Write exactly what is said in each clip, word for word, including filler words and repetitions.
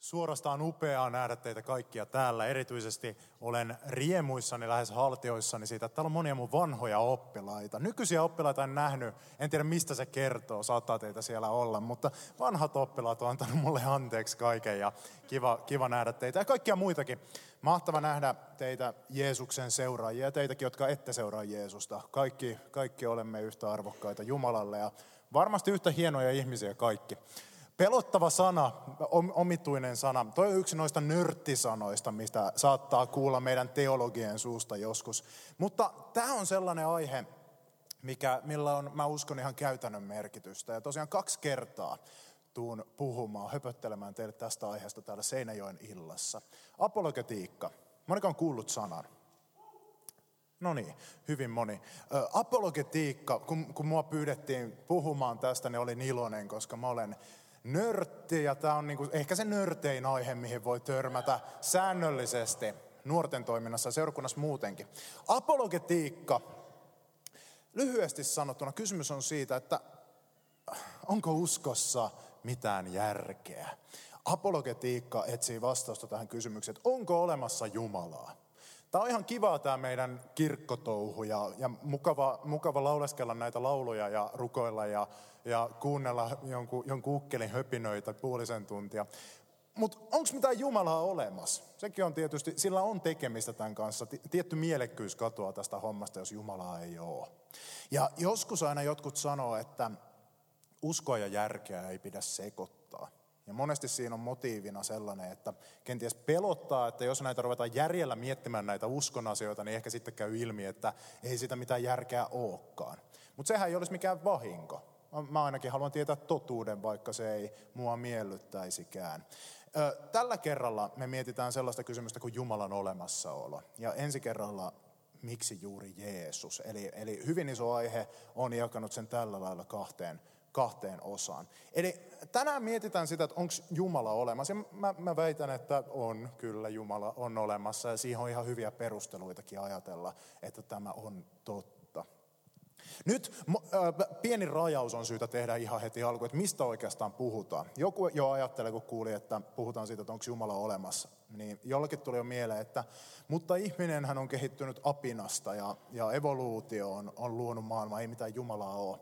Suorastaan upeaa nähdä teitä kaikkia täällä. Erityisesti olen riemuissani, lähes haltioissani siitä, että täällä on monia mun vanhoja oppilaita. Nykyisiä oppilaita en nähnyt, en tiedä mistä se kertoo, saattaa teitä siellä olla, mutta vanhat oppilaat on antanut mulle anteeksi kaiken ja kiva, kiva nähdä teitä ja kaikkia muitakin. Mahtava nähdä teitä Jeesuksen seuraajia ja teitäkin, jotka ette seuraa Jeesusta. Kaikki, kaikki olemme yhtä arvokkaita Jumalalle ja varmasti yhtä hienoja ihmisiä kaikki. Pelottava sana, omituinen sana. Toi on yksi noista nörttisanoista, mistä saattaa kuulla meidän teologien suusta joskus. Mutta tämä on sellainen aihe, mikä, millä on, mä uskon, ihan käytännön merkitystä. Ja tosiaan kaksi kertaa tuun puhumaan, höpöttelemään teille tästä aiheesta täällä Seinäjoen illassa. Apologetiikka. Moniko on kuullut sanan? No niin, hyvin moni. Apologetiikka, kun, kun mua pyydettiin puhumaan tästä, niin olin iloinen, koska mä olen nörtti, ja tämä on niinku ehkä se nörtein aihe, mihin voi törmätä säännöllisesti nuorten toiminnassa ja seurakunnassa muutenkin. Apologetiikka, lyhyesti sanottuna kysymys on siitä, että onko uskossa mitään järkeä? Apologetiikka etsii vastausta tähän kysymykseen, että onko olemassa Jumalaa? Tämä on ihan kivaa tämä meidän kirkkotouhu ja, ja mukava, mukava lauleskella näitä lauluja ja rukoilla ja, ja kuunnella jonkun, jonkun ukkelin höpinöitä puolisen tuntia. Mutta onko mitään Jumalaa olemassa? Sekin on tietysti, sillä on tekemistä tämän kanssa. Tietty mielekkyys katoaa tästä hommasta, jos Jumalaa ei ole. Ja joskus aina jotkut sanoo, että uskoa ja järkeä ei pidä sekoittaa. Ja monesti siinä on motiivina sellainen, että kenties pelottaa, että jos näitä ruvetaan järjellä miettimään näitä uskon asioita, niin ehkä sitten käy ilmi, että ei sitä mitään järkeä olekaan. Mutta sehän ei olisi mikään vahinko. Mä ainakin haluan tietää totuuden, vaikka se ei mua miellyttäisikään. Tällä kerralla me mietitään sellaista kysymystä kuin Jumalan olemassaolo. Ja ensi kerralla, miksi juuri Jeesus? Eli, eli hyvin iso aihe on jakanut sen tällä lailla kahteen kahteen osaan. Eli tänään mietitään sitä, että onko Jumala olemassa. Ja mä, mä väitän, että on kyllä Jumala on olemassa ja siihen on ihan hyviä perusteluitakin ajatella, että tämä on totta. Nyt äh, pieni rajaus on syytä tehdä ihan heti alkuun, että mistä oikeastaan puhutaan. Joku jo ajattelee, kun kuuli, että puhutaan siitä, että onko Jumala olemassa. Niin jollakin tuli jo mieleen, että mutta ihminenhän on kehittynyt apinasta ja, ja evoluutio on, on luonut maailmaa, ei mitään Jumalaa ole.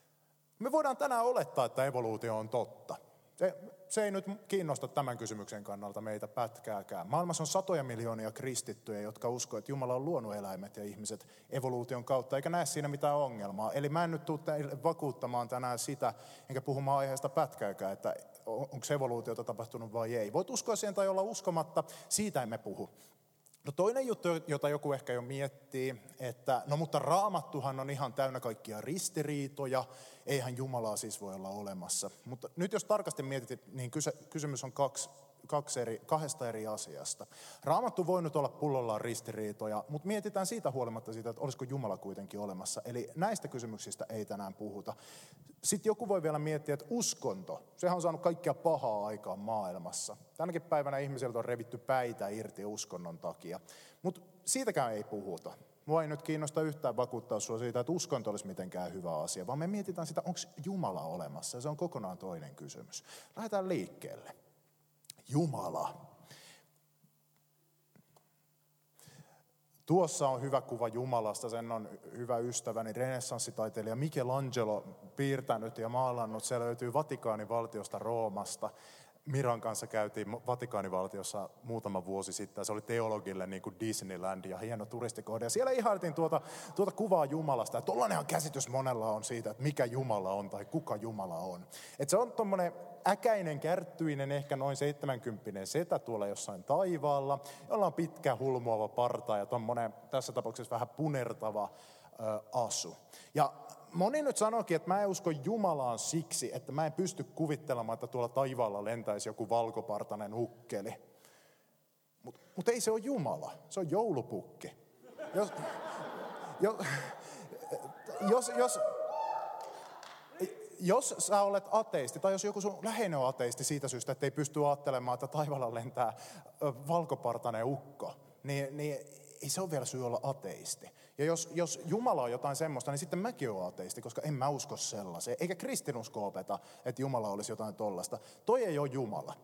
Me voidaan tänään olettaa, että evoluutio on totta. Se, se ei nyt kiinnosta tämän kysymyksen kannalta meitä pätkääkään. Maailmassa on satoja miljoonia kristittyjä, jotka uskoo, että Jumala on luonut eläimet ja ihmiset evoluution kautta, eikä näe siinä mitään ongelmaa. Eli mä en nyt tule teille vakuuttamaan tänään sitä, enkä puhumaan aiheesta pätkääkään, että onko evoluutiota tapahtunut vai ei. Voit uskoa siihen tai olla uskomatta, siitä emme puhu. No toinen juttu, jota joku ehkä jo miettii, että no mutta Raamattuhan on ihan täynnä kaikkia ristiriitoja, eihän Jumalaa siis voi olla olemassa. Mutta nyt jos tarkasti mietit, niin kysymys on kaksi, kaksi eri, kahdesta eri asiasta. Raamattu voi nyt olla pullollaan ristiriitoja, mutta mietitään siitä huolimatta siitä, että olisiko Jumala kuitenkin olemassa. Eli näistä kysymyksistä ei tänään puhuta. Sitten joku voi vielä miettiä, että uskonto, sehän on saanut kaikkea pahaa aikaan maailmassa. Tänäkin päivänä ihmisiltä on revitty päitä irti uskonnon takia. Mutta siitäkään ei puhuta. Mua ei nyt kiinnosta yhtään vakuuttaa sinua siitä, että uskonto olisi mitenkään hyvä asia, vaan me mietitään sitä, onko Jumala olemassa. Ja se on kokonaan toinen kysymys. Lähdetään liikkeelle. Jumala. Tuossa on hyvä kuva Jumalasta, sen on hyvä ystäväni, renessanssitaiteilija Michelangelo piirtänyt ja maalannut. Se löytyy Vatikaanivaltiosta Roomasta. Miran kanssa käytiin Vatikaanivaltiossa muutama vuosi sitten. Se oli teologille niin kuin Disneyland ja hieno turistikohde. Ja siellä ihailtiin tuota, tuota kuvaa Jumalasta. Ja tollainenhan käsitys monella on siitä, että mikä Jumala on tai kuka Jumala on. Että se on tommonen äkäinen, kärttyinen, ehkä noin seitsemänkymppinen setä tuolla jossain taivaalla, jolla on pitkä hulmuava parta ja tommonen tässä tapauksessa vähän punertava ö, asu. Ja moni nyt sanoikin, että mä en usko Jumalaan siksi, että mä en pysty kuvittelemaan, että tuolla taivaalla lentäisi joku valkopartainen ukkeli. Mutta mut ei se ole Jumala, se on joulupukki. Jos, jos, jos, jos, jos sä olet ateisti, tai jos joku sun läheinen on ateisti siitä syystä, että ei pysty ajattelemaan, että taivaalla lentää valkopartainen ukko, niin, niin ei se ole vielä syy olla ateisti. Ja jos, jos Jumala on jotain semmoista, niin sitten mäkin olen ateisti, koska en mä usko sellaiseen. Eikä kristinusko opeta, että Jumala olisi jotain tollasta. Toi ei ole Jumala.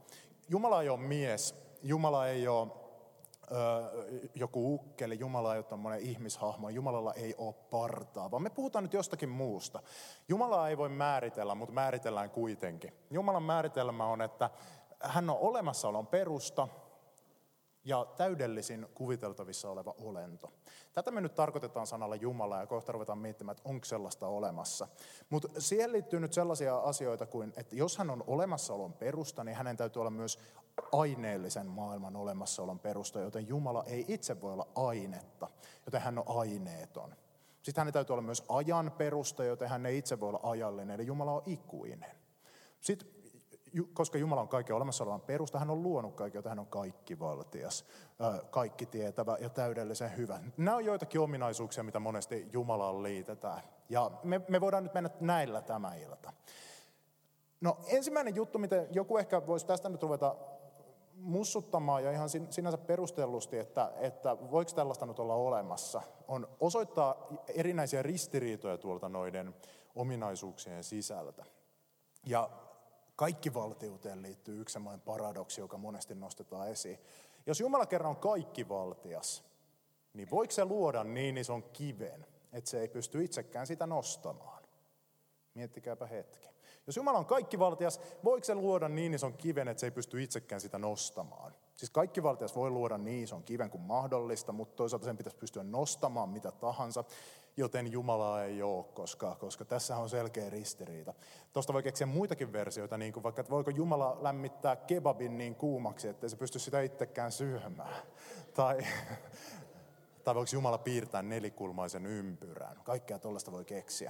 Jumala ei ole mies, Jumala ei ole ö, joku ukkeli, Jumala ei ole tommoinen ihmishahmo, Jumalalla ei ole partaa, vaan me puhutaan nyt jostakin muusta. Jumala ei voi määritellä, mutta määritellään kuitenkin. Jumalan määritelmä on, että hän on olemassaolon perusta ja täydellisin kuviteltavissa oleva olento. Tätä me nyt tarkoitetaan sanalla Jumala ja kohta ruvetaan miettimään, että onko sellaista olemassa. Mutta siihen liittyy nyt sellaisia asioita kuin, että jos hän on olemassaolon perusta, niin hänen täytyy olla myös aineellisen maailman olemassaolon perusta, joten Jumala ei itse voi olla ainetta, joten hän on aineeton. Sitten hänen täytyy olla myös ajan perusta, joten hän ei itse voi olla ajallinen, eli Jumala on ikuinen. Sitten koska Jumala on kaiken olemassa olevan perusta, hän on luonut kaiken, joten hän on kaikkivaltias, kaikki tietävä ja täydellisen hyvä. Nämä on joitakin ominaisuuksia, mitä monesti Jumalaan liitetään. Ja me, me voidaan nyt mennä näillä tämä ilta. No ensimmäinen juttu, mitä joku ehkä voisi tästä nyt ruveta mussuttamaan ja ihan sinänsä perustellusti, että, että voiko tällaista nyt olla olemassa, on osoittaa erinäisiä ristiriitoja tuolta noiden ominaisuuksien sisältä. Ja kaikkivaltiuteen liittyy yksi semmoinen paradoksi, joka monesti nostetaan esiin. Jos Jumala kerran on kaikkivaltias, niin voiko se luoda niin ison kiven, että se ei pysty itsekään sitä nostamaan? Miettikääpä hetki. Jos Jumala on kaikkivaltias, voiko se luoda niin ison kiven, että se ei pysty itsekään sitä nostamaan? Siis kaikkivaltias voi luoda niin ison kiven kuin mahdollista, mutta toisaalta sen pitäisi pystyä nostamaan mitä tahansa, joten Jumalaa ei ole, koska, koska tässä on selkeä ristiriita. Tuosta voi keksiä muitakin versioita, niin kuin vaikka, että voiko Jumala lämmittää kebabin niin kuumaksi, ettei se pysty sitä itsekään syömään. Tai, tai voiko Jumala piirtää nelikulmaisen ympyrän. Kaikkea tuollaista voi keksiä.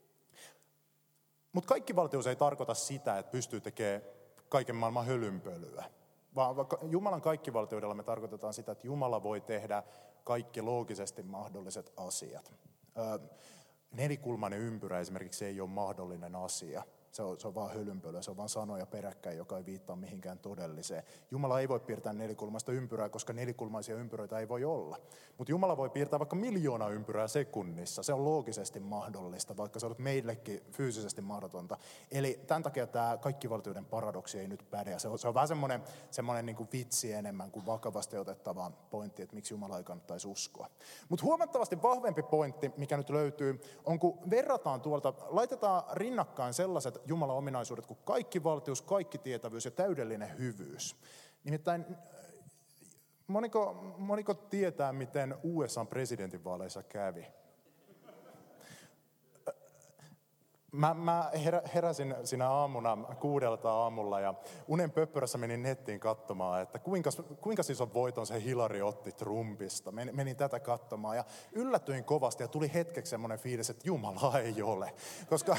Mutta kaikkivaltius ei tarkoita sitä, että pystyy tekemään kaiken maailman hölynpölyä. Vaan Jumalan kaikkivaltiudella me tarkoitetaan sitä, että Jumala voi tehdä kaikki loogisesti mahdolliset asiat. Nelikulmainen ympyrä esimerkiksi ei ole mahdollinen asia. Se on, se on vaan hölynpölyä, se on vaan sanoja peräkkäin, joka ei viittaa mihinkään todelliseen. Jumala ei voi piirtää nelikulmaista ympyrää, koska nelikulmaisia ympyröitä ei voi olla. Mutta Jumala voi piirtää vaikka miljoona ympyrää sekunnissa. Se on loogisesti mahdollista, vaikka se on meillekin fyysisesti mahdotonta. Eli tämän takia tämä kaikkivaltiuden paradoksi ei nyt päde. Se on, se on vähän semmoinen, semmoinen niin kuin vitsi enemmän kuin vakavasti otettava pointti, että miksi Jumala ei kannattaisi uskoa. Mutta huomattavasti vahvempi pointti, mikä nyt löytyy, on kun verrataan tuolta, laitetaan rinnakkain sellaiset Jumalan ominaisuudet kuin kaikkivaltius, kaikkitietävyys ja täydellinen hyvyys. Nimittäin moniko, moniko tietää, miten U S A:n presidentinvaaleissa kävi? Mä, mä heräsin siinä aamuna kuudelta aamulla ja unen pöppörässä menin nettiin katsomaan, että kuinka, kuinka siis on voiton se Hillary otti Trumpista. Menin, menin tätä katsomaan ja yllätyin kovasti ja tuli hetkeksi semmoinen fiilis, että Jumala ei ole. Koska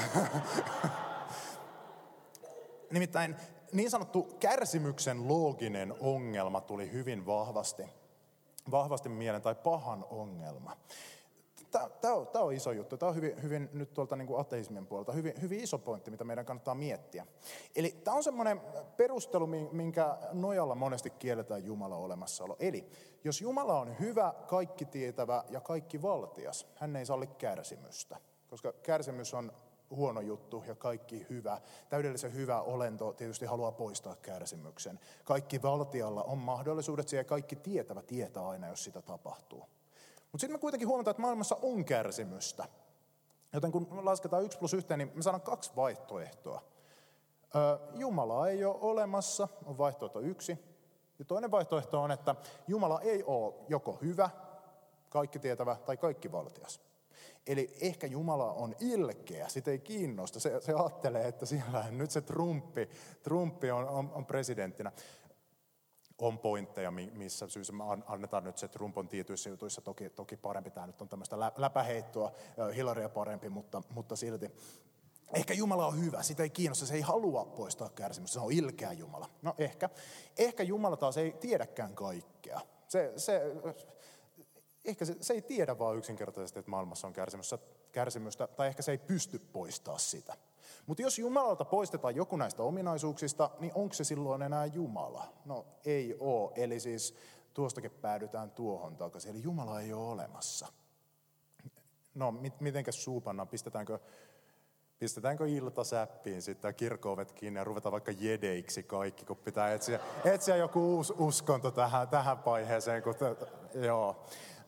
nimittäin niin sanottu kärsimyksen looginen ongelma tuli hyvin vahvasti, vahvasti mieleen, tai pahan ongelma. Tämä on, tämä on iso juttu. Tämä on hyvin, hyvin nyt tuolta niin kuin ateismien puolelta hyvin, hyvin iso pointti, mitä meidän kannattaa miettiä. Eli tämä on semmoinen perustelu, minkä nojalla monesti kielletään Jumalan olemassaolo. Eli jos Jumala on hyvä, kaikki tietävä ja kaikki valtias, hän ei salli kärsimystä, koska kärsimys on huono juttu ja kaikki hyvä. Täydellisen hyvä olento tietysti haluaa poistaa kärsimyksen. Kaikki valtialla on mahdollisuudet siihen ja kaikki tietävä tietää aina, jos sitä tapahtuu. Mutta sitten me kuitenkin huomataan, että maailmassa on kärsimystä. Joten kun lasketaan yksi plus yhteen, niin me saadaan kaksi vaihtoehtoa. Jumala ei ole olemassa, on vaihtoehto yksi. Ja toinen vaihtoehto on, että Jumala ei ole joko hyvä, kaikki tietävä tai kaikki valtias. Eli ehkä Jumala on ilkeä, sitä ei kiinnosta. Se, se ajattelee, että siellä nyt se Trumpi, Trumpi on, on, on presidenttinä. On pointteja, missä syyssä me annetaan nyt se Trump on tietyissä jutuissa toki, toki parempi. Tämä nyt on tämmöistä läpäheittoa, Hillarya parempi, mutta, mutta silti. Ehkä Jumala on hyvä, sitä ei kiinnosta, se ei halua poistaa kärsimystä, se on ilkeä Jumala. No ehkä. Ehkä Jumala taas ei tiedäkään kaikkea. Se, se, ehkä se, se ei tiedä vaan yksinkertaisesti, että maailmassa on kärsimystä, kärsimystä tai ehkä se ei pysty poistamaan sitä. Mutta jos Jumalalta poistetaan joku näistä ominaisuuksista, niin onko se silloin enää Jumala? No ei ole, eli siis tuostakin päädytään tuohon takaisin, eli Jumala ei ole olemassa. No mit, mitenkäs suupannaan, pistetäänkö, Pistetäänkö iltasäppiin sitten kirkko-ovet kiinni ja ruvetaan vaikka jedeiksi kaikki, kun pitää etsiä, etsiä joku uusi uskonto tähän, tähän vaiheeseen. Kun te, joo.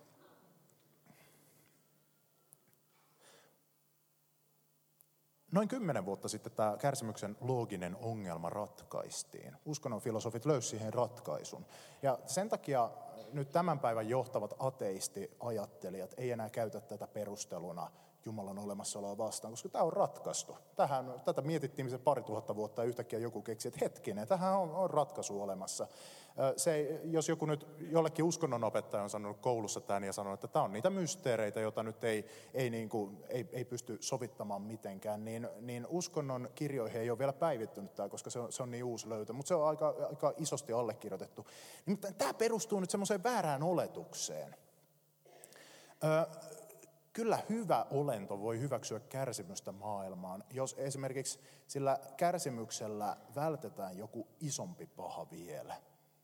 Noin kymmenen vuotta sitten tämä kärsimyksen looginen ongelma ratkaistiin. Uskonnon filosofit löysivät siihen ratkaisun. Ja sen takia nyt tämän päivän johtavat ateisti-ajattelijat ei enää käytä tätä perusteluna Jumalan olemassaoloa vastaan, koska tämä on ratkaistu. Tähän, tätä mietittiin se pari tuhatta vuotta ja yhtäkkiä joku keksi, että hetkinen, tähän on, on ratkaisu olemassa. Se, jos joku nyt jollekin uskonnonopettaja on sanonut koulussa tämän ja sanonut, että tämä on niitä mysteereitä, joita nyt ei, ei, niin kuin, ei, ei pysty sovittamaan mitenkään, niin, niin uskonnon kirjoihin ei ole vielä päivittynyt tämä, koska se on, se on niin uusi löytö, mutta se on aika, aika isosti allekirjoitettu. Nimittäin tämä perustuu nyt semmoiseen väärään oletukseen. Ö, Kyllä hyvä olento voi hyväksyä kärsimystä maailmaan, jos esimerkiksi sillä kärsimyksellä vältetään joku isompi paha vielä.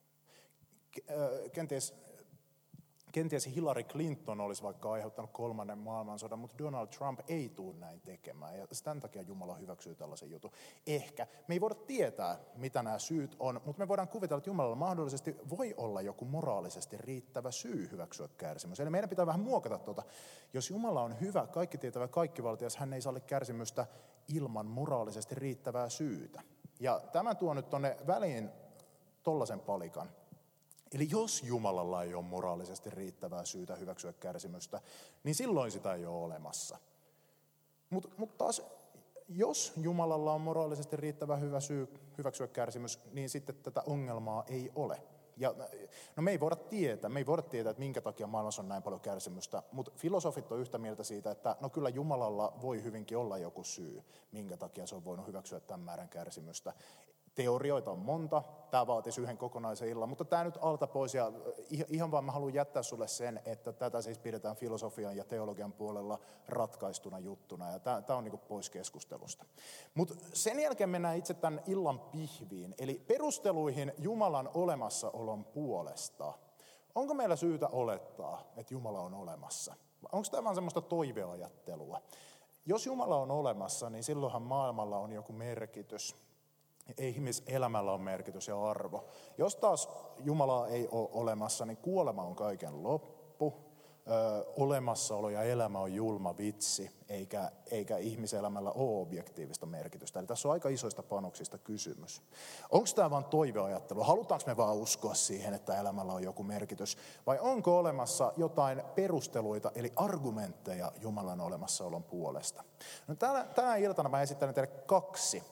Kenties, kenties Hillary Clinton olisi vaikka aiheuttanut kolmannen maailmansodan, mutta Donald Trump ei tule näin tekemään. Ja tämän takia Jumala hyväksyy tällaisen jutun. Ehkä. Me ei voida tietää, mitä nämä syyt on, mutta me voidaan kuvitella, että Jumalalla mahdollisesti voi olla joku moraalisesti riittävä syy hyväksyä kärsimys. Eli meidän pitää vähän muokata tuota. Jos Jumala on hyvä, kaikki tietävä, kaikkivaltias, hän ei salli kärsimystä ilman moraalisesti riittävää syytä. Ja tämä tuo nyt tuonne väliin tollaisen palikan. Eli jos Jumalalla ei ole moraalisesti riittävää syytä hyväksyä kärsimystä, niin silloin sitä ei ole olemassa. Mutta mut taas, jos Jumalalla on moraalisesti riittävä hyvä syy hyväksyä kärsimys, niin sitten tätä ongelmaa ei ole. Ja, no me ei voida tietää, me ei voida tietää, että minkä takia maailmassa on näin paljon kärsimystä, mutta filosofit on yhtä mieltä siitä, että no kyllä Jumalalla voi hyvinkin olla joku syy, minkä takia se on voinut hyväksyä tämän määrän kärsimystä. Teorioita on monta, tämä vaatisi yhden kokonaisen illan, mutta tämä nyt alta pois ja ihan vaan mä haluan jättää sulle sen, että tätä siis pidetään filosofian ja teologian puolella ratkaistuna juttuna ja tämä, tämä on niin kuin pois keskustelusta. Mutta sen jälkeen mennään itse tämän illan pihviin, eli perusteluihin Jumalan olemassaolon puolesta. Onko meillä syytä olettaa, että Jumala on olemassa? Onko tämä vaan semmoista toiveajattelua? Jos Jumala on olemassa, niin silloinhan maailmalla on joku merkitys. Ihmiselämällä on merkitys ja arvo. Jos taas Jumalaa ei ole olemassa, niin kuolema on kaiken loppu. Ö, olemassaolo ja elämä on julma vitsi, eikä, eikä ihmiselämällä ole objektiivista merkitystä. Eli tässä on aika isoista panoksista kysymys. Onko tämä vain toiveajattelu? Halutaanko me vaan uskoa siihen, että elämällä on joku merkitys? Vai onko olemassa jotain perusteluita, eli argumentteja Jumalan olemassaolon puolesta? No, tänä, tänä iltana mä esittelen teille kaksi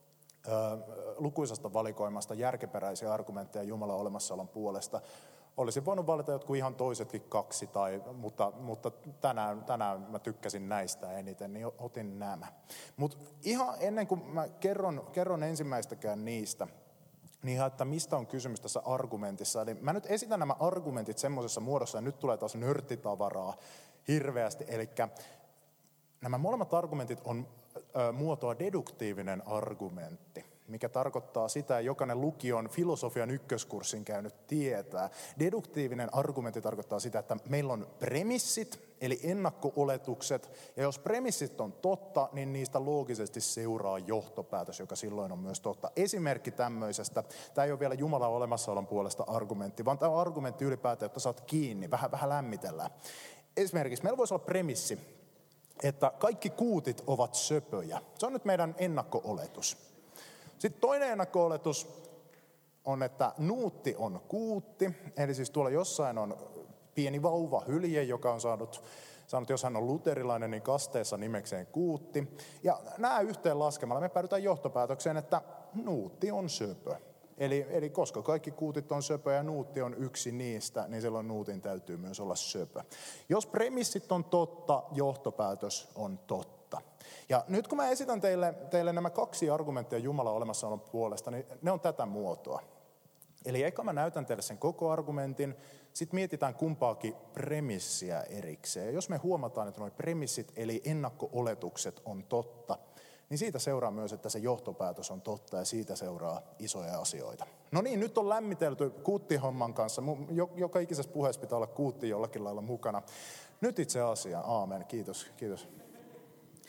lukuisasta valikoimasta järkiperäisiä argumentteja Jumalan olemassaolon puolesta. Olisin voinut valita jotkut ihan toisetkin kaksi, tai, mutta, mutta tänään, tänään mä tykkäsin näistä eniten, niin otin nämä. Mutta ihan ennen kuin mä kerron, kerron ensimmäistäkään niistä, niin ihan, että mistä on kysymys tässä argumentissa. Eli mä nyt esitän nämä argumentit semmoisessa muodossa, ja nyt tulee taas nörttitavaraa hirveästi, eli nämä molemmat argumentit on ö, muotoa deduktiivinen argumentti, mikä tarkoittaa sitä, että jokainen lukion filosofian ykköskurssin käynyt tietää. Deduktiivinen argumentti tarkoittaa sitä, että meillä on premissit, eli ennakko-oletukset, ja jos premissit on totta, niin niistä loogisesti seuraa johtopäätös, joka silloin on myös totta. Esimerkki tämmöisestä, tämä ei ole vielä Jumalan olemassaolon puolesta argumentti, vaan tämä on argumentti ylipäätään, että saat kiinni, vähän, vähän lämmitellään. Esimerkiksi meillä voisi olla premissi, että kaikki kuutit ovat söpöjä. Se on nyt meidän ennakko-oletus. Sitten toinen ennakko-oletus on, että nuutti on kuutti. Eli siis tuolla jossain on pieni vauva hylje, joka on saanut, saanut, jos hän on luterilainen, niin kasteessa nimekseen kuutti. Ja nämä yhteen laskemalla me päädytään johtopäätökseen, että nuutti on söpö. Eli, eli koska kaikki kuutit on söpö ja nuutti on yksi niistä, niin silloin nuutin täytyy myös olla söpö. Jos premissit on totta, johtopäätös on totta. Ja nyt kun mä esitän teille, teille nämä kaksi argumenttia Jumalan olemassaolon puolesta, niin ne on tätä muotoa. Eli eka mä näytän teille sen koko argumentin, sitten mietitään kumpaakin premissiä erikseen. Ja jos me huomataan, että nuo premissit eli ennakko-oletukset on totta, niin siitä seuraa myös, että se johtopäätös on totta ja siitä seuraa isoja asioita. No niin, nyt on lämmitelty kuuttihomman kanssa. Joka ikisessä puheessa pitää olla kuutti jollakin lailla mukana. Nyt itse asiaan. Aamen, kiitos, kiitos.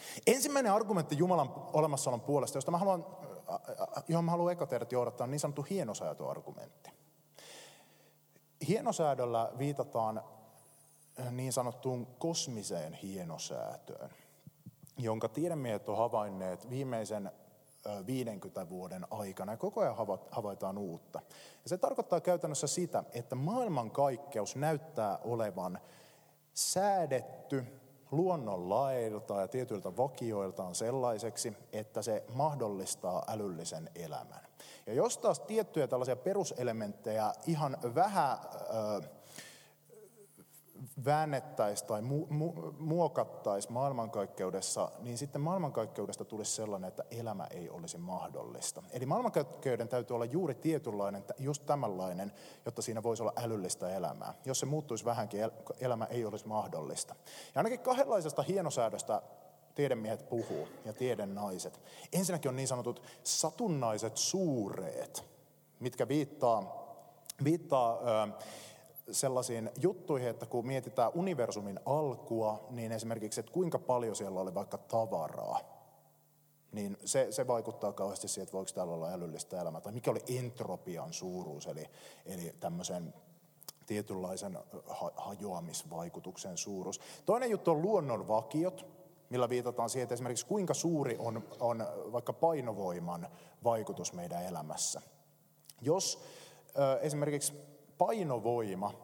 Ensimmäinen argumentti Jumalan olemassaolon puolesta, josta mä haluan, johon mä haluan eka teidät johdattaa, on niin sanottu hienosäätöargumentti. Hienosäädöllä viitataan niin sanottuun kosmiseen hienosäätöön, jonka tiedemiehet on havainneet viimeisen viidenkymmenen vuoden aikana ja koko ajan havaitaan uutta. Ja se tarkoittaa käytännössä sitä, että maailmankaikkeus näyttää olevan säädetty luonnonlaeilta ja tietyiltä vakioiltaan sellaiseksi, että se mahdollistaa älyllisen elämän. Ja jos taas tiettyjä tällaisia peruselementtejä ihan vähän ö, väännettäisiin tai mu- mu- muokattaisiin maailmankaikkeudessa, niin sitten maailmankaikkeudesta tulisi sellainen, että elämä ei olisi mahdollista. Eli maailmankaikkeuden täytyy olla juuri tietynlainen, just tämänlainen, jotta siinä voisi olla älyllistä elämää. Jos se muuttuisi vähänkin, elämä ei olisi mahdollista. Ja ainakin kahdenlaisesta hienosäädöstä tiedemiehet puhuu ja tiedennaiset. Ensinnäkin on niin sanotut satunnaiset suureet, mitkä viittaa, viittaa ö, sellaisiin juttuihin, että kun mietitään universumin alkua, niin esimerkiksi, että kuinka paljon siellä oli vaikka tavaraa, niin se, se vaikuttaa kauheasti siihen, että voiko täällä olla älyllistä elämää, tai mikä oli entropian suuruus, eli, eli tämmöisen tietynlaisen hajoamisvaikutuksen suuruus. Toinen juttu on luonnonvakiot, millä viitataan siihen, että esimerkiksi kuinka suuri on, on vaikka painovoiman vaikutus meidän elämässä. Jos ö, esimerkiksi painovoima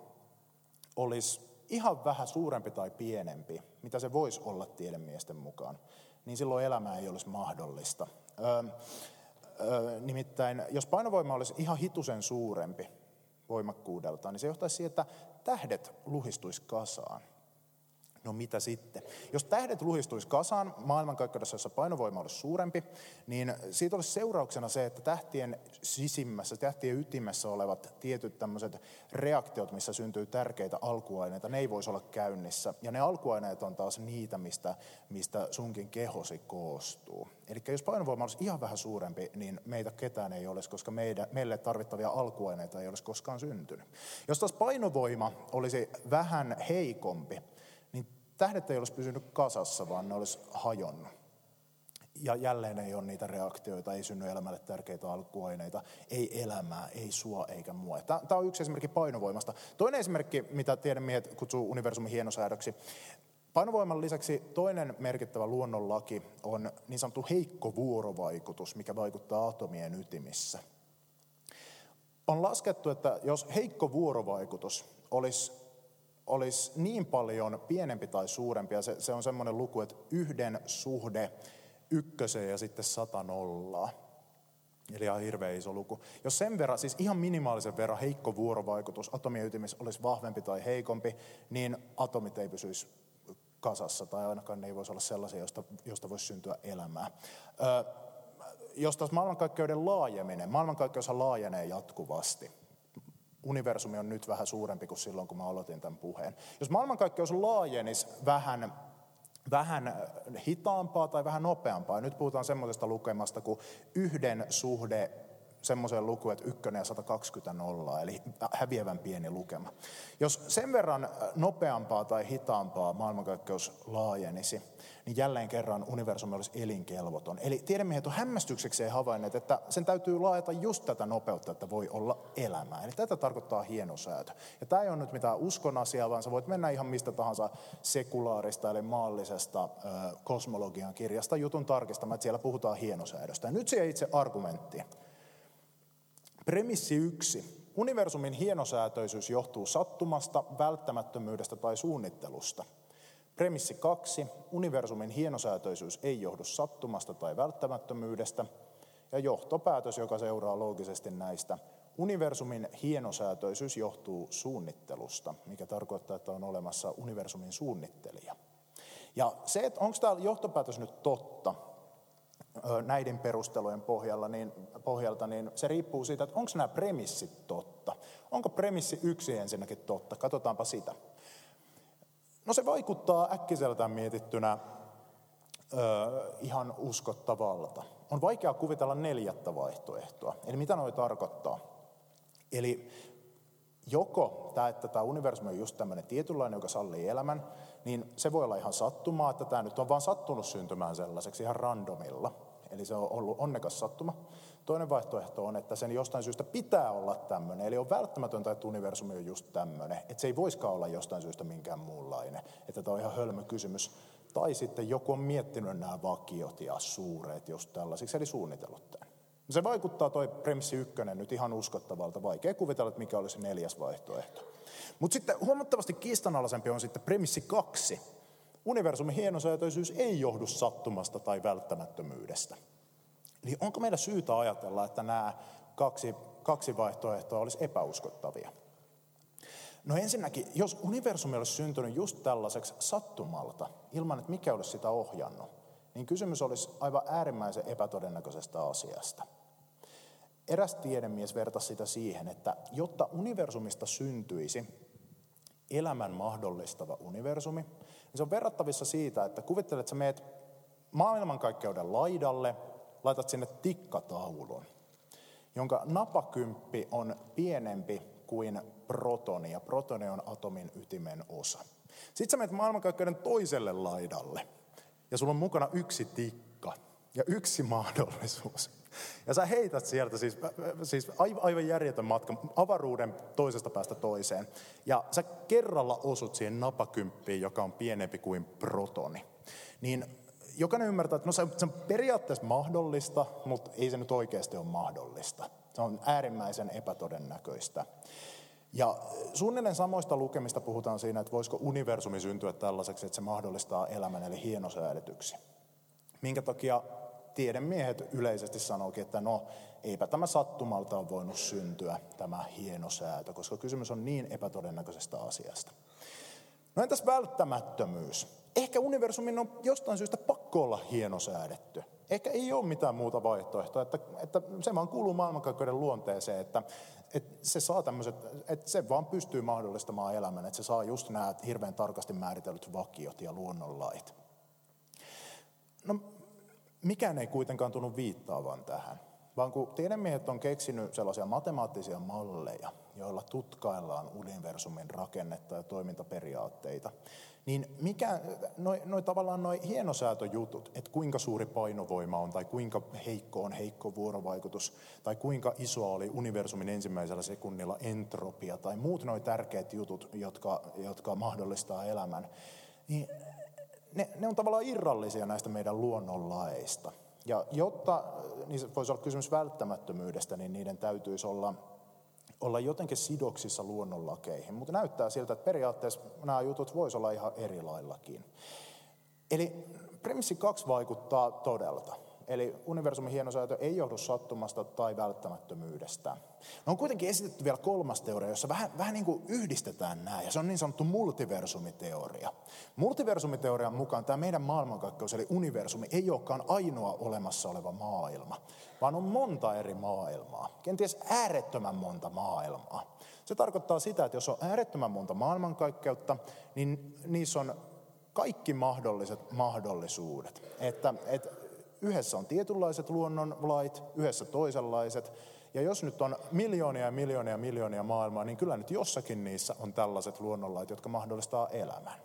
olisi ihan vähän suurempi tai pienempi, mitä se voisi olla tiedemiesten mukaan, niin silloin elämä ei olisi mahdollista. Öö, öö, nimittäin, jos painovoima olisi ihan hitusen suurempi voimakkuudeltaan, niin se johtaisi siihen, että tähdet luhistuisi kasaan. No mitä sitten? Jos tähdet luhistuisi kasaan maailmankaikkeudessa, jossa painovoima olisi suurempi, niin siitä olisi seurauksena se, että tähtien sisimmässä, tähtien ytimessä olevat tietyt tämmöiset reaktiot, missä syntyy tärkeitä alkuaineita, ne ei voisi olla käynnissä. Ja ne alkuaineet on taas niitä, mistä, mistä sunkin kehosi koostuu. Eli jos painovoima olisi ihan vähän suurempi, niin meitä ketään ei olisi, koska meidän, meille tarvittavia alkuaineita ei olisi koskaan syntynyt. Jos taas painovoima olisi vähän heikompi, niin tähdet ei olisi pysynyt kasassa, vaan ne olisi hajonnut. Ja jälleen ei ole niitä reaktioita, ei synny elämälle tärkeitä alkuaineita, ei elämää, ei sua eikä mua. Tämä on yksi esimerkki painovoimasta. Toinen esimerkki, mitä tiedemiehet kutsuu universumin hienosäädöksi. Painovoiman lisäksi toinen merkittävä luonnonlaki on niin sanottu heikko vuorovaikutus, mikä vaikuttaa atomien ytimissä. On laskettu, että jos heikko vuorovaikutus olisi olisi niin paljon pienempi tai suurempi, ja se, se on semmoinen luku, että yhden suhde ykköseen ja sitten sata nollaa. Eli ihan hirveän iso luku. Jos sen verran, siis ihan minimaalisen verran heikko vuorovaikutus atomien ytimissä olisi vahvempi tai heikompi, niin atomit ei pysyisi kasassa, tai ainakaan ne ei voisi olla sellaisia, josta, josta voisi syntyä elämää. Ö, jos taas maailmankaikkeuden laajeminen, maailmankaikkeushan laajenee jatkuvasti. Universumi on nyt vähän suurempi kuin silloin, kun mä aloitin tämän puheen. Jos maailmankaikkeus laajenisi vähän, vähän hitaampaa tai vähän nopeampaa, nyt puhutaan semmoisesta lukemasta kuin yhden suhde semmoiseen lukuun, että ykkönen ja sata kaksikymmentä nollaa, eli häviävän pieni lukema. Jos sen verran nopeampaa tai hitaampaa maailmankaikkeus laajenisi, niin jälleen kerran universumi olisi elinkelvoton. Eli tiedemiehet on hämmästyksekseen havainneet, että sen täytyy laajata just tätä nopeutta, että voi olla elämää. Eli tätä tarkoittaa hienosäätö. Ja tämä ei ole nyt mitään uskon asiaa, vaan sä voit mennä ihan mistä tahansa sekulaarista eli maallisesta ö, kosmologian kirjasta jutun tarkistamaan, että siellä puhutaan hienosäädöstä. Ja nyt siihen itse argumenttiin. Premissi yksi. Universumin hienosäätöisyys johtuu sattumasta, välttämättömyydestä tai suunnittelusta. Premissi kaksi. Universumin hienosäätöisyys ei johdu sattumasta tai välttämättömyydestä. Ja johtopäätös, joka seuraa loogisesti näistä. Universumin hienosäätöisyys johtuu suunnittelusta, mikä tarkoittaa, että on olemassa universumin suunnittelija. Ja se, että onko tämä johtopäätös nyt totta, näiden perustelujen pohjalla, niin, pohjalta, niin se riippuu siitä, että onko nämä premissit totta. Onko premissi yksi ensinnäkin totta? Katsotaanpa sitä. No se vaikuttaa äkkiseltään mietittynä ö, ihan uskottavalta. On vaikea kuvitella neljättä vaihtoehtoa. Eli mitä noi tarkoittaa? Eli joko tämä, että tämä universumi on just tämmöinen tietynlainen, joka sallii elämän, niin se voi olla ihan sattumaa, että tämä nyt on vaan sattunut syntymään sellaiseksi ihan randomilla. Eli se on ollut onnekas sattuma. Toinen vaihtoehto on, että sen jostain syystä pitää olla tämmöinen, eli on välttämätöntä, että universumi on just tämmöinen, että se ei voisikaan olla jostain syystä minkään muunlainen, että tämä on ihan hölmö kysymys. Tai sitten joku on miettinyt nämä vakiot ja suureet just tällaisiksi, eli suunnitellut tämän. Se vaikuttaa toi premissi ykkönen nyt ihan uskottavalta, vaikea kuvitella, että mikä olisi neljäs vaihtoehto. Mutta sitten huomattavasti kiistanalaisempi on sitten premissi kaksi. Universumin hienosäätöisyys ei johdu sattumasta tai välttämättömyydestä. Eli onko meillä syytä ajatella, että nämä kaksi, kaksi vaihtoehtoa olisi epäuskottavia? No ensinnäkin, jos universumi olisi syntynyt just tällaiseksi sattumalta, ilman että mikä olisi sitä ohjannut, niin kysymys olisi aivan äärimmäisen epätodennäköisestä asiasta. Eräs tiedemies vertasi sitä siihen, että jotta universumista syntyisi elämän mahdollistava universumi, niin se on verrattavissa siitä, että kuvittelet, että sä meet maailmankaikkeuden laidalle, laitat sinne tikkataulun, jonka napakymppi on pienempi kuin protoni, ja protoni on atomin ytimen osa. Sitten sä menet maailmankaikkeuden toiselle laidalle, ja sulla on mukana yksi tikka ja yksi mahdollisuus. Ja sä heität sieltä siis, siis aivan järjetön matka avaruuden toisesta päästä toiseen. Ja sä kerralla osut siihen napakymppiin, joka on pienempi kuin protoni. Niin jokainen ymmärtää, että no se on periaatteessa mahdollista, mutta ei se nyt oikeasti ole mahdollista. Se on äärimmäisen epätodennäköistä. Ja suunnilleen samoista lukemista puhutaan siinä, että voisiko universumi syntyä tällaiseksi, että se mahdollistaa elämän, eli hienosäädetyksi. Minkä takia tiedemiehet yleisesti sanookin, että no eipä tämä sattumalta ole voinut syntyä, tämä hienosäätö, koska kysymys on niin epätodennäköisestä asiasta. No entäs välttämättömyys? Ehkä universumin on jostain syystä pakko olla hienosäädetty. Ehkä ei ole mitään muuta vaihtoehtoa, että, että se vaan kuuluu maailmankaikkeuden luonteeseen, että, että se saa tämmöiset, että se vaan pystyy mahdollistamaan elämän, että se saa just nämä hirveän tarkasti määritellyt vakiot ja luonnonlait. No, mikään ei kuitenkaan tunnu viittaavan tähän, vaan kun tiedemiehet on keksinyt sellaisia matemaattisia malleja, joilla tutkaillaan universumin rakennetta ja toimintaperiaatteita, niin mikä, noi, noi tavallaan noi hienosäätöjutut, että kuinka suuri painovoima on, tai kuinka heikko on heikko vuorovaikutus, tai kuinka iso oli universumin ensimmäisellä sekunnilla entropia, tai muut noi tärkeät jutut, jotka, jotka mahdollistaa elämän, niin ne, ne on tavallaan irrallisia näistä meidän luonnonlaeista. Ja jotta niin voisi olla kysymys välttämättömyydestä, niin niiden täytyisi olla, olla jotenkin sidoksissa luonnonlakeihin. Mutta näyttää siltä, että periaatteessa nämä jutut voisi olla ihan eri laillakin. Eli premissi kaksi vaikuttaa todelta. Eli universumin hienosäätö ei johdu sattumasta tai välttämättömyydestä. No on kuitenkin esitetty vielä kolmas teoria, jossa vähän, vähän niin kuin yhdistetään nämä, ja se on niin sanottu multiversumiteoria. Multiversumiteorian mukaan tämä meidän maailmankaikkeus, eli universumi, ei olekaan ainoa olemassa oleva maailma, vaan on monta eri maailmaa, kenties äärettömän monta maailmaa. Se tarkoittaa sitä, että jos on äärettömän monta maailmankaikkeutta, niin niissä on kaikki mahdolliset mahdollisuudet, että, että yhdessä on tietynlaiset luonnonlait, yhdessä toisenlaiset. Ja jos nyt on miljoonia ja miljoonia ja miljoonia maailmaa, niin kyllä nyt jossakin niissä on tällaiset luonnonlait, jotka mahdollistaa elämän.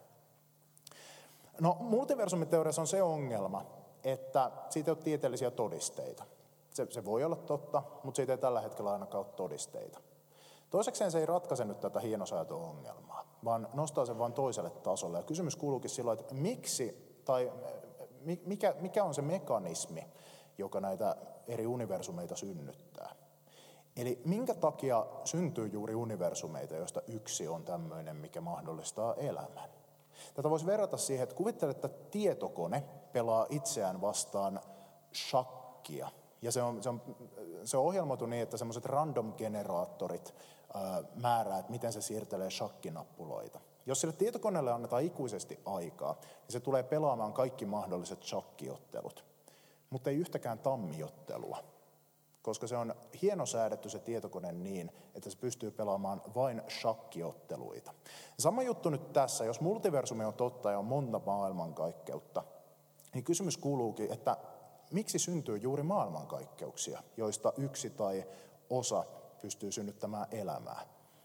No, multiversumiteoriassa on se ongelma, että siitä ei ole tieteellisiä todisteita. Se, se voi olla totta, mutta siitä ei tällä hetkellä ainakaan ole todisteita. Toisekseen se ei ratkaise nyt tätä hienosäätöongelmaa, vaan nostaa sen vain toiselle tasolle. Ja kysymys kuuluukin silloin, että miksi tai Mikä, mikä on se mekanismi, joka näitä eri universumeita synnyttää? Eli minkä takia syntyy juuri universumeita, joista yksi on tämmöinen, mikä mahdollistaa elämän? Tätä voisi verrata siihen, että kuvittele, että tietokone pelaa itseään vastaan shakkia. Ja se on, se on, se on ohjelmoitu niin, että semmoiset random-generaattorit ää, määrää, että miten se siirtelee shakkinappuloita. Jos sille tietokoneelle annetaan ikuisesti aikaa, niin se tulee pelaamaan kaikki mahdolliset shakkiottelut, mutta ei yhtäkään tammiottelua, koska se on hienosäädetty se tietokone niin, että se pystyy pelaamaan vain shakkiotteluita. Sama juttu nyt tässä, jos multiversumi on totta ja on monta maailmankaikkeutta, niin kysymys kuuluukin, että miksi syntyy juuri maailmankaikkeuksia, joista yksi tai osa pystyy synnyttämään elämää?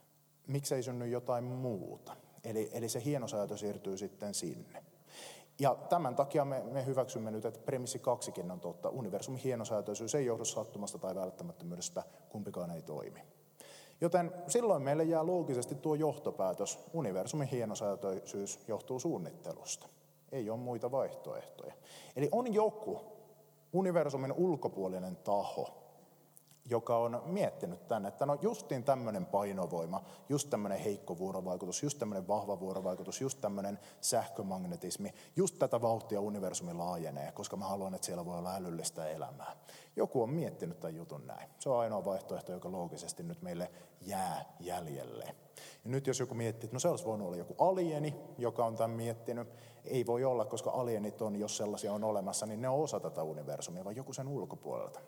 miksei synny jotain muuta. Eli, eli se hienosäätö siirtyy sitten sinne. Ja tämän takia me, me hyväksymme nyt, että premissi kaksikin on totta. Universumin hienosäätöisyys ei johdu sattumasta tai välttämättömyydestä, kumpikaan ei toimi. Joten silloin meille jää loogisesti tuo johtopäätös. Universumin hienosäätöisyys johtuu suunnittelusta. Ei ole muita vaihtoehtoja. Eli on joku universumin ulkopuolinen taho, joka on miettinyt tänne, että no justiin tämmöinen painovoima, just tämmöinen heikko vuorovaikutus, just tämmöinen vahva vuorovaikutus, just tämmöinen sähkömagnetismi, just tätä vauhtia universumi laajenee, koska mä haluan, että siellä voi olla älyllistä elämää. Joku on miettinyt tämän jutun näin. Se on ainoa vaihtoehto, joka loogisesti nyt meille jää jäljelle. Ja nyt jos joku miettii, että no se olisi voinut olla joku alieni, joka on tämän miettinyt, ei voi olla, koska alienit on, jos sellaisia on olemassa, niin ne on osa tätä universumia, vaan joku sen ulkopuolelta.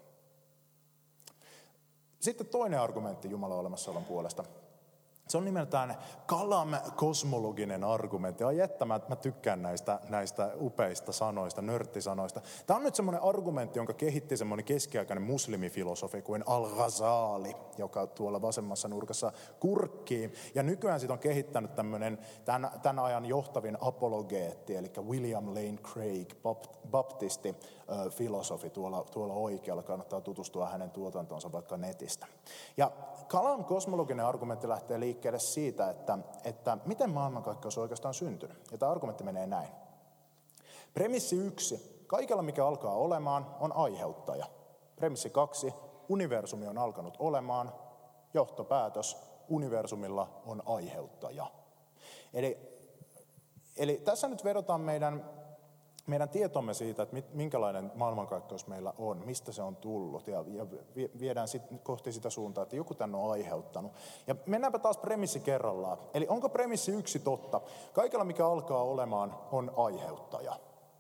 Sitten toinen argumentti Jumalan olemassaolon puolesta. Se on nimeltään kalam-kosmologinen argumentti. Ai että mä, mä tykkään näistä, näistä upeista sanoista, nörttisanoista. Tämä on nyt semmoinen argumentti, jonka kehitti semmoinen keskiaikainen muslimifilosofi kuin Al-Ghazali, joka tuolla vasemmassa nurkassa kurkkii. Ja nykyään siitä on kehittänyt tämmöinen tämän, tämän ajan johtavin apologeetti, eli William Lane Craig, baptisti, filosofi tuolla, tuolla oikealla. Kannattaa tutustua hänen tuotantonsa vaikka netistä. Ja kalam-kosmologinen argumentti lähtee liikkeelle siitä, että, että miten maailmankaikkeus on oikeastaan syntynyt. Ja tämä argumentti menee näin. Premissi yksi. Kaikella, mikä alkaa olemaan, on aiheuttaja. Premissi kaksi. Universumi on alkanut olemaan. Johtopäätös. Universumilla on aiheuttaja. Eli, eli tässä nyt vedotaan meidän... Meidän tietomme siitä, että minkälainen maailmankaikkeus meillä on, mistä se on tullut, ja, ja viedään sit kohti sitä suuntaa, että joku tämän on aiheuttanut. Ja mennäänpä taas premissi kerrallaan. Eli onko premissi yksi totta? Kaikella, mikä alkaa olemaan, on aiheuttaja.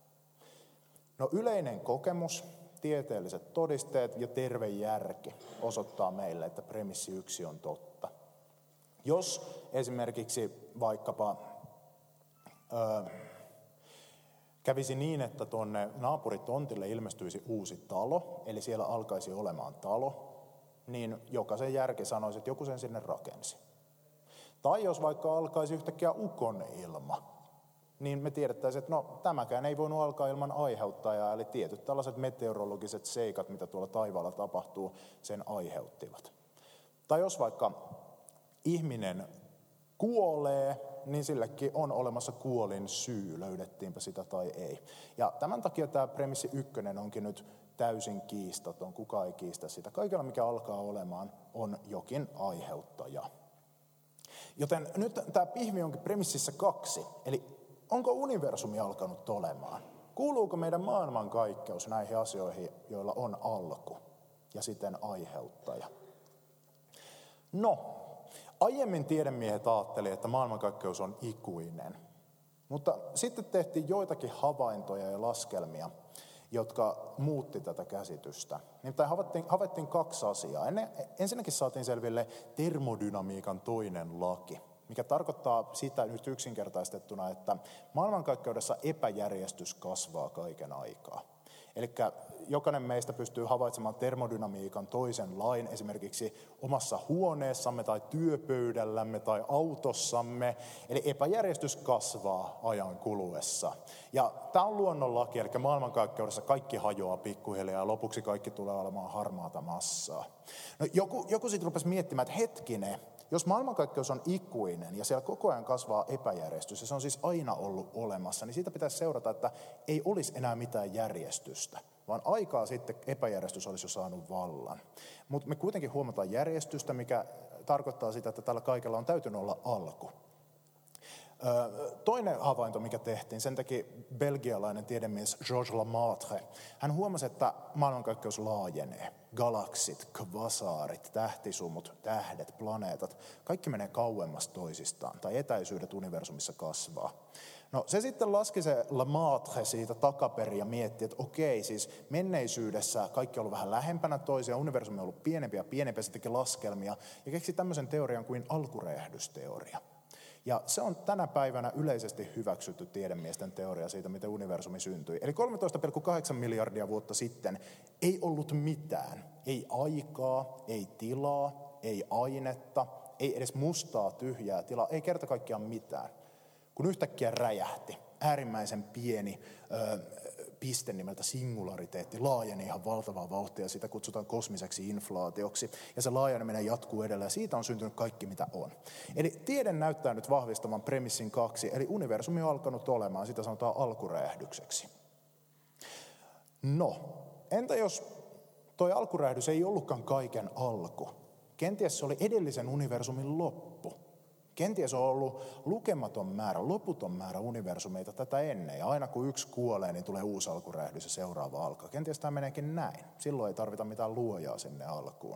No yleinen kokemus, tieteelliset todisteet ja terve järki osoittaa meille, että premissi yksi on totta. Jos esimerkiksi vaikkapa... Öö, Kävisi niin, että tuonne naapuritontille ilmestyisi uusi talo, eli siellä alkaisi olemaan talo, niin jokaisen järki sanoisi, että joku sen sinne rakensi. Tai jos vaikka alkaisi yhtäkkiä ukonilma, niin me tiedettäisiin, että no tämäkään ei voinut alkaa ilman aiheuttajaa, eli tietyt tällaiset meteorologiset seikat, mitä tuolla taivaalla tapahtuu, sen aiheuttivat. Tai jos vaikka ihminen kuolee, niin sillekin on olemassa kuolin syy, löydettiinpä sitä tai ei. Ja tämän takia tämä premissi ykkönen onkin nyt täysin kiistaton, kukaan ei kiistä sitä. Kaikella, mikä alkaa olemaan, on jokin aiheuttaja. Joten nyt tämä pihvi onkin premississä kaksi, eli onko universumi alkanut olemaan? Kuuluuko meidän maailmankaikkeus näihin asioihin, joilla on alku ja siten aiheuttaja? No, aiemmin tiedemiehet ajattelivat, että maailmankaikkeus on ikuinen, mutta sitten tehtiin joitakin havaintoja ja laskelmia, jotka muutti tätä käsitystä. Nimittäin havaittiin, havaittiin kaksi asiaa. Ennen, ensinnäkin saatiin selville termodynamiikan toinen laki, mikä tarkoittaa sitä nyt yksinkertaistettuna, että maailmankaikkeudessa epäjärjestys kasvaa kaiken aikaa. Eli jokainen meistä pystyy havaitsemaan termodynamiikan toisen lain esimerkiksi omassa huoneessamme tai työpöydällämme tai autossamme. Eli epäjärjestys kasvaa ajan kuluessa. Ja tämä on luonnonlaki, eli maailmankaikkeudessa kaikki hajoaa pikkuhiljaa ja lopuksi kaikki tulee olemaan harmaata massaa. No, joku, joku sitten rupesi miettimään, että hetkinen, jos maailmankaikkeus on ikuinen ja siellä koko ajan kasvaa epäjärjestys, ja se on siis aina ollut olemassa, niin siitä pitäisi seurata, että ei olisi enää mitään järjestystä, vaan aikaa sitten epäjärjestys olisi jo saanut vallan. Mutta me kuitenkin huomataan järjestystä, mikä tarkoittaa sitä, että tällä kaikella on täytynyt olla alku. Toinen havainto, mikä tehtiin, sen teki belgialainen tiedemies Georges Lemaitre. Hän huomasi, että maailmankaikkeus laajenee. Galaksit, kvasaarit, tähtisumut, tähdet, planeetat, kaikki menee kauemmas toisistaan, tai etäisyydet universumissa kasvaa. No se sitten laski se Lemaitre siitä takaperin ja mietti, että okei, siis menneisyydessä kaikki on ollut vähän lähempänä toisia, universumi on ollut pienempi ja pienempi, se teki laskelmia, ja keksi tämmöisen teorian kuin alkuräjähdysteoria. Ja se on tänä päivänä yleisesti hyväksytty tiedemiesten teoria siitä, miten universumi syntyi. Eli kolmetoista pilkku kahdeksan miljardia vuotta sitten ei ollut mitään. Ei aikaa, ei tilaa, ei ainetta, ei edes mustaa tyhjää tilaa, ei kerta kaikkiaan mitään. Kun yhtäkkiä räjähti, äärimmäisen pieni ö, piste nimeltä singulariteetti laajeni ihan valtavaa vauhtia, sitä kutsutaan kosmiseksi inflaatioksi, ja se laajeneminen jatkuu edelleen, ja siitä on syntynyt kaikki mitä on. Eli tiede näyttää nyt vahvistavan premissin kaksi, eli universumi on alkanut olemaan, sitä sanotaan alkuräjähdykseksi. No, entä jos toi alkuräjähdys ei ollutkaan kaiken alku? Kenties se oli edellisen universumin loppu. Kenties on ollut lukematon määrä, loputon määrä universumeita tätä ennen. Ja aina kun yksi kuolee, niin tulee uusi alkuräjähdys ja seuraava alkaa. Kenties tämä meneekin näin. Silloin ei tarvita mitään luojaa sinne alkuun.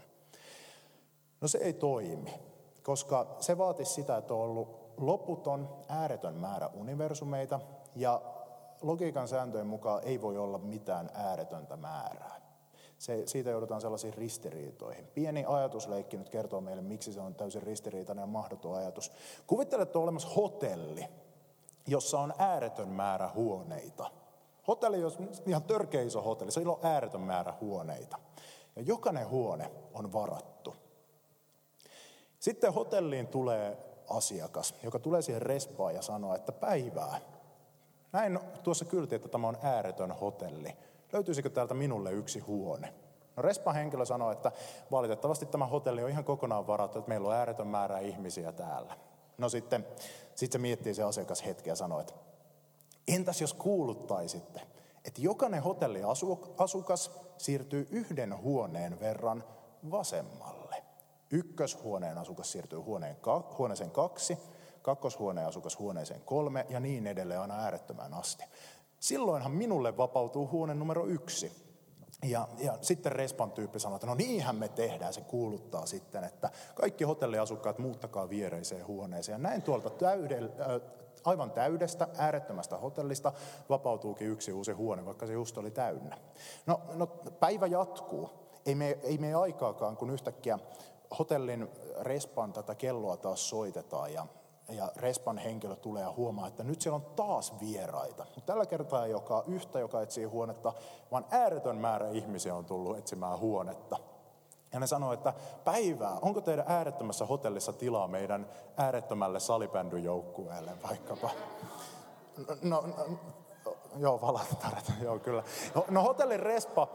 No se ei toimi, koska se vaatisi sitä, että on ollut loputon, ääretön määrä universumeita. Ja logiikan sääntöjen mukaan ei voi olla mitään ääretöntä määrää. Se, siitä joudutaan sellaisiin ristiriitoihin. Pieni ajatusleikki nyt kertoo meille, miksi se on täysin ristiriitainen ja mahdoton ajatus. Kuvittele, että on olemassa hotelli, jossa on ääretön määrä huoneita. Hotelli, jos ihan törkeä iso hotelli, se on ääretön määrä huoneita. Ja jokainen huone on varattu. Sitten hotelliin tulee asiakas, joka tulee siihen respaan ja sanoo, että päivää. Näin tuossa kylti, että tämä on ääretön hotelli. Löytyisikö täältä minulle yksi huone? No respan henkilö sanoi, että valitettavasti tämä hotelli on ihan kokonaan varattu, että meillä on ääretön määrä ihmisiä täällä. No sitten, sitten se miettii se asiakas hetki ja sanoi, että entäs jos kuuluttaisitte, että jokainen hotelliasukas siirtyy yhden huoneen verran vasemmalle. Ykköshuoneen asukas siirtyy huoneen, huoneeseen kaksi, kakkoshuoneen asukas huoneeseen kolme ja niin edelleen aina äärettömään asti. Silloinhan minulle vapautuu huone numero yksi. Ja, ja sitten respan tyyppi sanoo, että no niinhän me tehdään. Se kuuluttaa sitten, että kaikki hotelliasukkaat muuttakaa viereiseen huoneeseen. Ja näin tuolta täydel, äh, aivan täydestä, äärettömästä hotellista vapautuukin yksi uusi huone, vaikka se just oli täynnä. No, no päivä jatkuu. Ei mene ei me aikaakaan, kun yhtäkkiä hotellin respan tätä kelloa taas soitetaan ja Ja respan henkilö tulee ja huomaa, että nyt siellä on taas vieraita. Mutta tällä kertaa ei olekaan yhtä, joka etsii huonetta, vaan ääretön määrä ihmisiä on tullut etsimään huonetta. Ja ne sanoo, että päivää, onko teidän äärettömässä hotellissa tilaa meidän äärettömälle salibändyjoukkueelle vaikkapa? No, no joo, valattaret, joo kyllä. No, no hotellin respa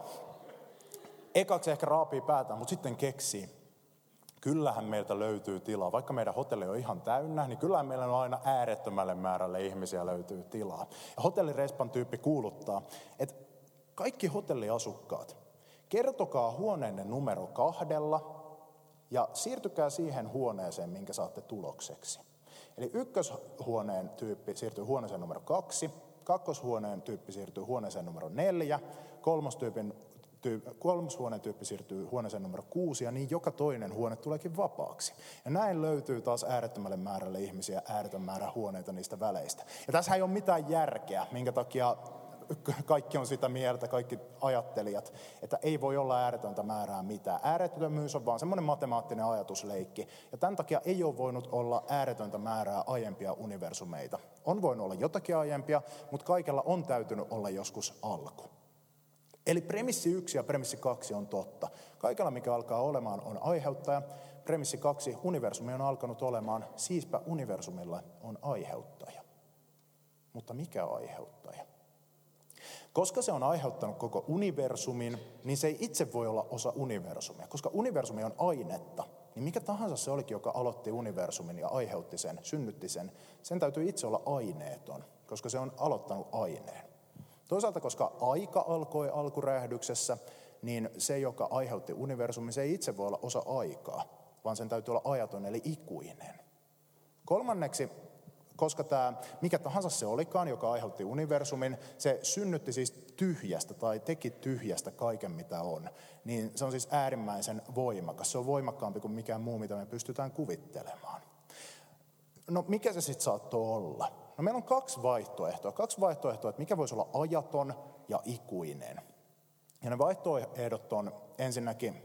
ekaksi ehkä raapii päätään, mutta sitten keksii. Kyllähän meiltä löytyy tilaa. Vaikka meidän hotelli on ihan täynnä, niin kyllähän meillä on aina äärettömälle määrälle ihmisiä löytyy tilaa. Ja hotellirespan tyyppi kuuluttaa, että kaikki hotelliasukkaat, kertokaa huoneenne numero kahdella ja siirtykää siihen huoneeseen, minkä saatte tulokseksi. Eli ykköshuoneen tyyppi siirtyy huoneeseen numero kaksi, kakkoshuoneen tyyppi siirtyy huoneeseen numero neljä, kolmostyypin kolmoshuoneen tyyppi siirtyy huoneeseen numero kuusi ja niin joka toinen huone tuleekin vapaaksi. Ja näin löytyy taas äärettömälle määrälle ihmisiä, ääretön määrä huoneita niistä väleistä. Ja tässä ei ole mitään järkeä, minkä takia kaikki on sitä mieltä, kaikki ajattelijat, että ei voi olla ääretöntä määrää mitään. Äärettömyys on vaan semmoinen matemaattinen ajatusleikki. Ja tämän takia ei ole voinut olla ääretöntä määrää aiempia universumeita. On voinut olla jotakin aiempia, mutta kaikella on täytynyt olla joskus alku. Eli premissi yksi ja premissi kaksi on totta. Kaikella, mikä alkaa olemaan, on aiheuttaja. Premissi kaksi, universumi on alkanut olemaan, siispä universumilla on aiheuttaja. Mutta mikä aiheuttaja? Koska se on aiheuttanut koko universumin, niin se ei itse voi olla osa universumia. Koska universumi on ainetta, niin mikä tahansa se olikin, joka aloitti universumin ja aiheutti sen, synnytti sen, sen täytyy itse olla aineeton, koska se on aloittanut aineen. Toisaalta, koska aika alkoi alkuräjähdyksessä, niin se, joka aiheutti universumin, se ei itse voi olla osa aikaa, vaan sen täytyy olla ajaton eli ikuinen. Kolmanneksi, koska tämä, mikä tahansa se olikaan, joka aiheutti universumin, se synnytti siis tyhjästä tai teki tyhjästä kaiken, mitä on, niin se on siis äärimmäisen voimakas. Se on voimakkaampi kuin mikään muu, mitä me pystytään kuvittelemaan. No mikä se sitten saattoi olla? No meillä on kaksi vaihtoehtoa. Kaksi vaihtoehtoa, että mikä voisi olla ajaton ja ikuinen. Ja ne vaihtoehdot on ensinnäkin,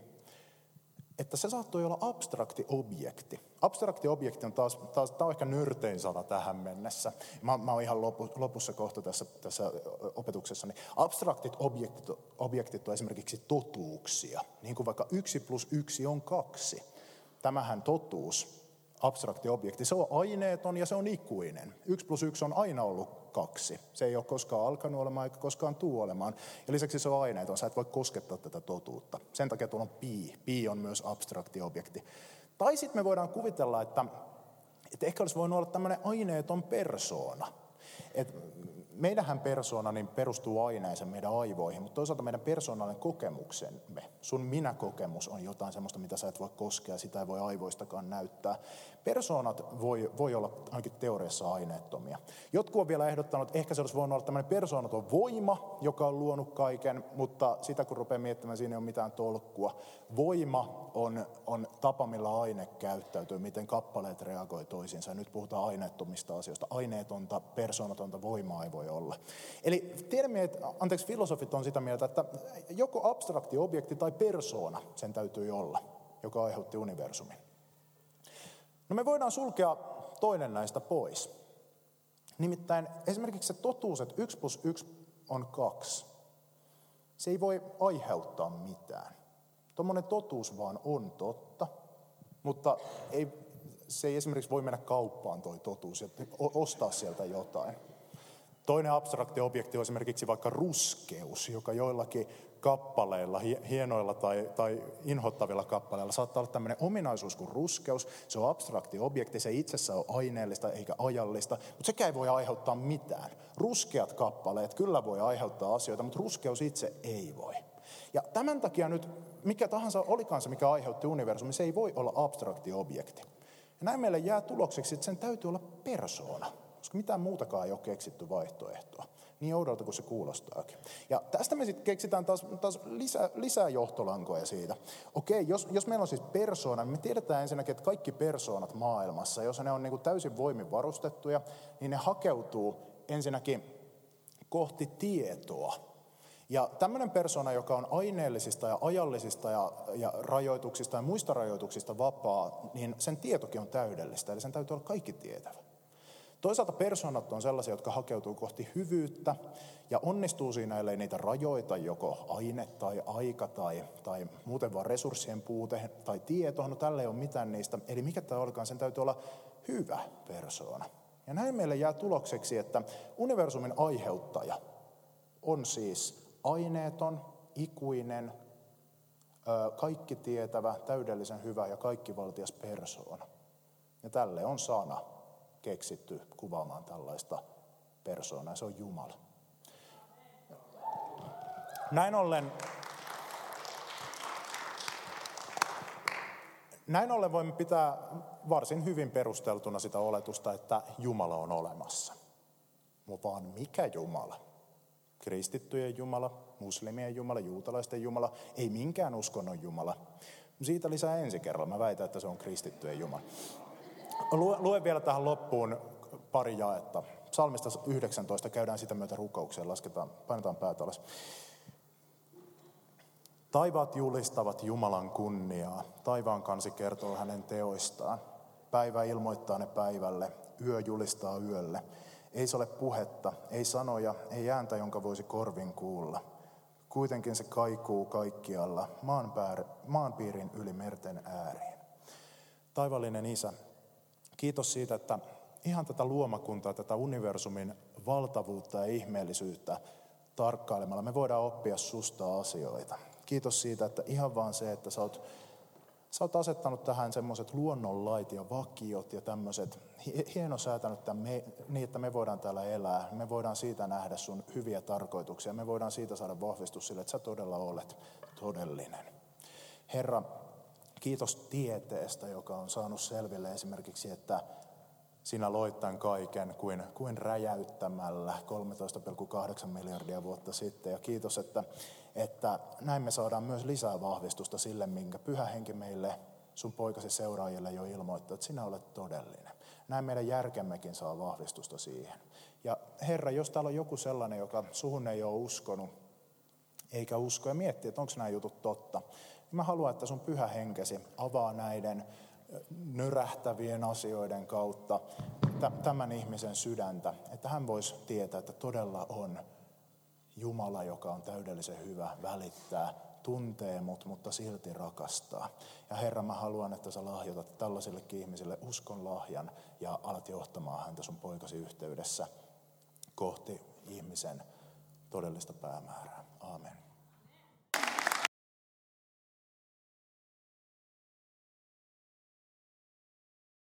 että se saattoi olla abstrakti objekti. Abstrakti objekti on taas, taas tämä on ehkä nyrtein sana tähän mennessä. Mä, mä oon ihan lopu, lopussa kohta tässä, tässä opetuksessa. Abstraktit objektit, objektit on esimerkiksi totuuksia, niin kuin vaikka yksi plus yksi on kaksi. tämähän totuus, abstrakti objekti, se on aineeton ja se on ikuinen. Yksi plus yksi on aina ollut kaksi. Se ei ole koskaan alkanut olemaan eikä koskaan tuu olemaan. Ja lisäksi se on aineeton, sä et voi koskettaa tätä totuutta. Sen takia tuolla on pi. Pi on myös abstrakti objekti. Tai sitten me voidaan kuvitella, että, että ehkä olisi voinut olla tämmöinen aineeton persoona. Et meidänhän persoona niin perustuu aineeseen meidän aivoihin, mutta toisaalta meidän persoonallinen kokemuksemme, sun minä-kokemus on jotain semmoista, mitä sä et voi koskea, sitä ei voi aivoistakaan näyttää. Persoonat voi, voi olla ainakin teoriassa aineettomia. Jotkut on vielä ehdottanut, että ehkä se olisi voinut olla tämmöinen persoonaton voima, joka on luonut kaiken, mutta sitä kun rupeaa miettimään, siinä ei ole mitään tolkkua. Voima on, on tapa, millä aine käyttäytyy, miten kappaleet reagoi toisiinsa. Nyt puhutaan aineettomista asioista. Aineetonta, persoonatonta voimaa ei voi olla. Eli tiedämme, että anteeksi, filosofit on sitä mieltä, että joko abstrakti objekti tai persoona sen täytyy olla, joka aiheutti universumin. No me voidaan sulkea toinen näistä pois. Nimittäin esimerkiksi se totuus, että yksi plus yksi on kaksi. Se ei voi aiheuttaa mitään. Tuommoinen totuus vaan on totta, mutta ei, se ei esimerkiksi voi mennä kauppaan toi totuus ja ostaa sieltä jotain. Toinen abstrakti objekti on esimerkiksi vaikka ruskeus, joka joillakin kappaleilla, hienoilla tai, tai inhottavilla kappaleilla saattaa olla tämmöinen ominaisuus kuin ruskeus. Se on abstrakti objekti, se itsessään on aineellista eikä ajallista, mutta sekään ei voi aiheuttaa mitään. Ruskeat kappaleet kyllä voi aiheuttaa asioita, mutta ruskeus itse ei voi. Ja tämän takia nyt, mikä tahansa olikaan se, mikä aiheutti universumin, se ei voi olla abstrakti objekti. Ja näin meille jää tulokseksi, että sen täytyy olla persoona. Koska mitään muutakaan ei ole keksitty vaihtoehtoa. Niin oudolta kuin se kuulostaakin. Ja tästä me sitten keksitään taas, taas lisää, lisää johtolankoja siitä. Okei, jos, jos meillä on siis persoona, niin me tiedetään ensinnäkin, että kaikki persoonat maailmassa, jos ne on niin kuin täysin voimin varustettuja, niin ne hakeutuu ensinnäkin kohti tietoa. Ja tämmöinen persoona, joka on aineellisista ja ajallisista ja, ja rajoituksista ja muista rajoituksista vapaa, niin sen tietokin on täydellistä, eli sen täytyy olla kaikki tietävä. Toisaalta persoonat on sellaisia, jotka hakeutuu kohti hyvyyttä ja onnistuu siinä, ellei niitä rajoita joko aine tai aika tai, tai muuten vaan resurssien puute tai tieto. No tällä ei ole mitään niistä. Eli mikä tämä olikaan, sen täytyy olla hyvä persoona. Ja näin meille jää tulokseksi, että universumin aiheuttaja on siis aineeton, ikuinen, kaikki tietävä, täydellisen hyvä ja kaikkivaltias persoona. Ja tälle on sana keksitty kuvaamaan tällaista persoonaa. Se on Jumala. Näin ollen, näin ollen voimme pitää varsin hyvin perusteltuna sitä oletusta, että Jumala on olemassa. Mutta vaan mikä Jumala? Kristittyjen Jumala, muslimien Jumala, juutalaisten Jumala, ei minkään uskonnon Jumala. Siitä lisää ensi kerralla. Mä väitän, että se on kristittyjen Jumala. Luen vielä tähän loppuun pari jaetta. Psalmista yhdeksäntoista käydään sitä myötä rukoukseen, lasketaan, painetaan päät alas. Taivaat julistavat Jumalan kunniaa, taivaan kansi kertoo hänen teoistaan. Päivä ilmoittaa ne päivälle, yö julistaa yölle. Ei se ole puhetta, ei sanoja, ei ääntä, jonka voisi korvin kuulla. Kuitenkin se kaikuu kaikkialla, maan, päär, maan piirin yli merten ääriin. Taivallinen Isä, kiitos siitä, että ihan tätä luomakuntaa, tätä universumin valtavuutta ja ihmeellisyyttä tarkkailemalla me voidaan oppia susta asioita. Kiitos siitä, että ihan vaan se, että sä oot, sä oot asettanut tähän semmoiset luonnonlait ja vakiot ja tämmöiset, hienosäätänyt tämän me, niin, että me voidaan täällä elää. Me voidaan siitä nähdä sun hyviä tarkoituksia. Me voidaan siitä saada vahvistus sille, että sä todella olet todellinen. Herra, kiitos tieteestä, joka on saanut selville esimerkiksi, että sinä loit tämän kaiken kuin, kuin räjäyttämällä kolmetoista pilkku kahdeksan miljardia vuotta sitten. Ja kiitos, että, että näin me saadaan myös lisää vahvistusta sille, minkä Pyhä Henki meille, sun poikasi seuraajille jo ilmoittaa, että sinä olet todellinen. Näin meidän järkemmekin saa vahvistusta siihen. Ja Herra, jos täällä on joku sellainen, joka suhun ei ole uskonut, eikä usko ja miettii, että onko nämä jutut totta, niin mä haluan, että sun Pyhä Henkesi avaa näiden nörähtävien asioiden kautta tämän ihmisen sydäntä, että hän voisi tietää, että todella on Jumala, joka on täydellisen hyvä, välittää, tuntee mut, mutta silti rakastaa. Ja Herra, mä haluan, että sä lahjoitat tällaisillekin ihmisille uskon lahjan ja alat johtamaan häntä sun poikasi yhteydessä kohti ihmisen todellista päämäärää. Aamen.